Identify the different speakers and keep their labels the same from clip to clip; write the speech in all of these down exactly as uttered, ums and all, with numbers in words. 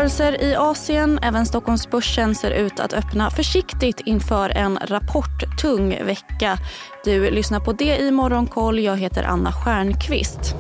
Speaker 1: Rörelser i Asien, även Stockholmsbörsen ser ut att öppna försiktigt inför en rapporttung vecka. Du lyssnar på det i Morgonkoll. Jag heter Anna Stjernqvist.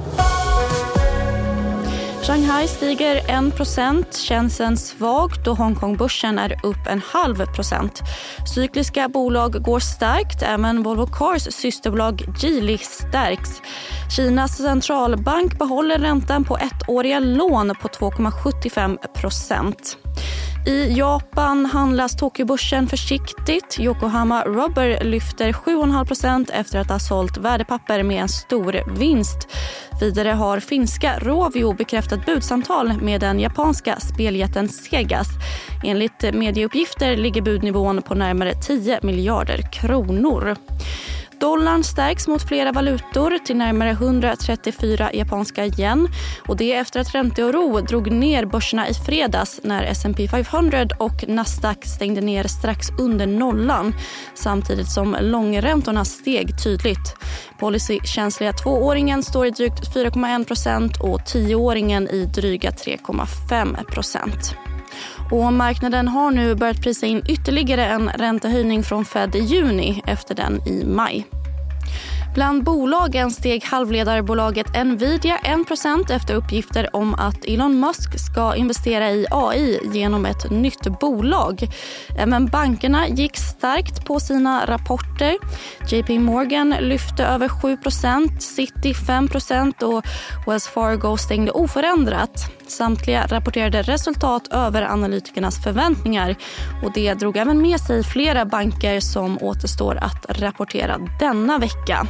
Speaker 1: Shanghai stiger en procent, Shenzhen svagt och Hongkongbörsen är upp en halv procent. Cykliska bolag går starkt, även Volvo Cars systerbolag Geely stärks. Kinas centralbank behåller räntan på ettåriga lån på två komma sjuttiofem procent. I Japan handlas Tokyobörsen försiktigt. Yokohama Rubber lyfter sju komma fem procent efter att ha sålt värdepapper med en stor vinst. Vidare har finska Rovio bekräftat budsamtal med den japanska speljätten Segas. Enligt medieuppgifter ligger budnivån på närmare tio miljarder kronor. Dollarn stärks mot flera valutor till närmare hundratrettiofyra japanska yen. Och det efter att ränteoro drog ner börserna i fredags när S and P femhundra och Nasdaq stängde ner strax under nollan. Samtidigt som långräntorna steg tydligt. Policykänsliga tvååringen står i drygt fyra komma en procent och tioåringen i dryga tre komma fem procent. Och marknaden har nu börjat prisa in ytterligare en räntehöjning från Fed i juni efter den i maj. Bland bolagen steg halvledarbolaget Nvidia en procent efter uppgifter om att Elon Musk ska investera i A I genom ett nytt bolag. Även bankerna gick starkt på sina rapporter. J P Morgan lyfte över sju procent, Citi fem procent och Wells Fargo stängde oförändrat. Samtliga rapporterade resultat över analytikernas förväntningar och det drog även med sig flera banker som återstår att rapportera denna vecka.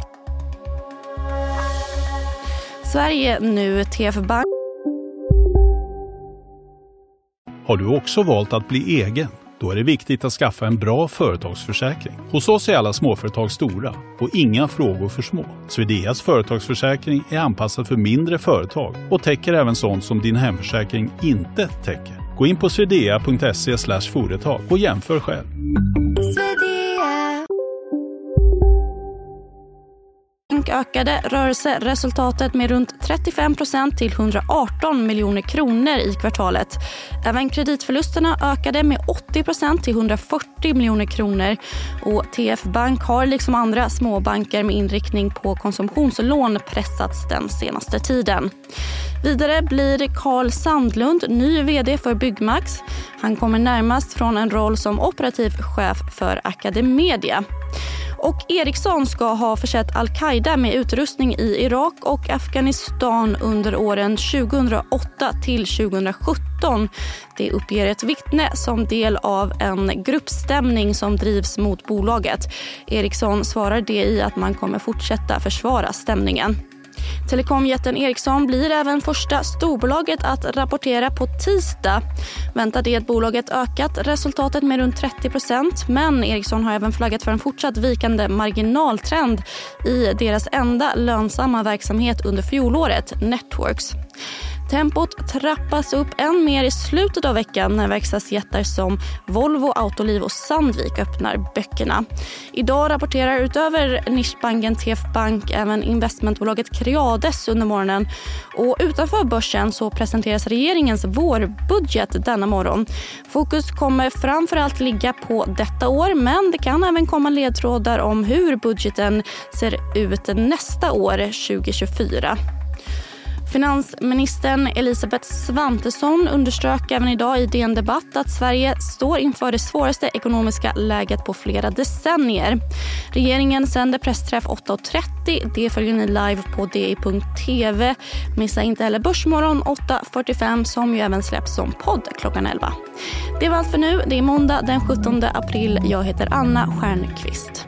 Speaker 1: Sverige nu, T F Bank.
Speaker 2: Har du också valt att bli egen? Då är det viktigt att skaffa en bra företagsförsäkring. Hos oss är alla småföretag stora och inga frågor för små. Swedeas företagsförsäkring är anpassad för mindre företag och täcker även sånt som din hemförsäkring inte täcker. Gå in på swedea punkt se slash företag och jämför själv.
Speaker 1: Ökade rörelseresultatet med runt trettiofem procent till hundraarton miljoner kronor i kvartalet. Även kreditförlusterna ökade med åttio procent till hundrafyrtio miljoner kronor. Och T F Bank har liksom andra småbanker med inriktning på konsumtionslån pressats den senaste tiden. Vidare blir Carl Sandlund ny vd för Byggmax. Han kommer närmast från en roll som operativ chef för Academedia. Och Ericsson ska ha försett Al-Qaida med utrustning i Irak och Afghanistan under åren tjugohundraåtta till tjugosjutton. Det uppger ett vittne som del av en gruppstämning som drivs mot bolaget. Ericsson svarar det i att man kommer fortsätta försvara stämningen. Telekomjätten Ericsson blir även första storbolaget att rapportera på tisdag. Väntar det att bolaget ökat resultatet med runt trettio procent, men Ericsson har även flaggat för en fortsatt vikande marginaltrend i deras enda lönsamma verksamhet under fjolåret, Networks. Tempot trappas upp än mer i slutet av veckan när verkstadsjättar som Volvo, Autoliv och Sandvik öppnar böckerna. Idag rapporterar utöver nischbanken T F Bank även investmentbolaget Creades under morgonen. Och utanför börsen så presenteras regeringens vårbudget denna morgon. Fokus kommer framförallt ligga på detta år, men det kan även komma ledtrådar om hur budgeten ser ut nästa år, tjugohundratjugofyra. Finansministern Elisabeth Svantesson underströk även idag i D N Debatt att Sverige står inför det svåraste ekonomiska läget på flera decennier. Regeringen sänder pressträff åtta trettio. Det följer ni live på d i punkt t v. Missa inte heller Börsmorgon åtta fyrtiofem som ju även släpps som podd klockan elva. Det var allt för nu. Det är måndag den sjuttonde april. Jag heter Anna Stjernqvist.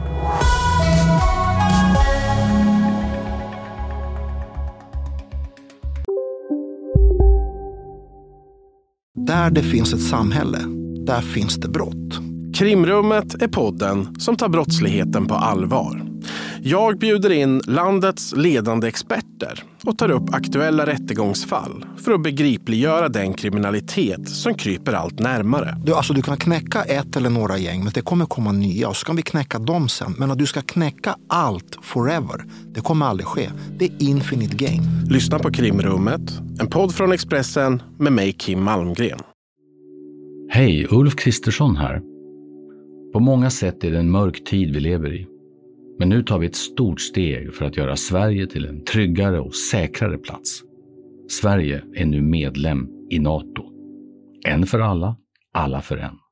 Speaker 3: Där det finns ett samhälle, där finns det brott.
Speaker 4: Krimrummet är podden som tar brottsligheten på allvar. Jag bjuder in landets ledande experter och tar upp aktuella rättegångsfall för att begripliggöra den kriminalitet som kryper allt närmare.
Speaker 3: Du, alltså, du kan knäcka ett eller några gäng, men det kommer komma nya och så kan vi knäcka dem sen. Men att du ska knäcka allt forever, det kommer aldrig ske. Det är infinite gain.
Speaker 4: Lyssna på Krimrummet, en podd från Expressen med mig, Kim Malmgren.
Speaker 5: Hej, Ulf Kristersson här. På många sätt är det en mörk tid vi lever i. Men nu tar vi ett stort steg för att göra Sverige till en tryggare och säkrare plats. Sverige är nu medlem i NATO. En för alla, alla för en.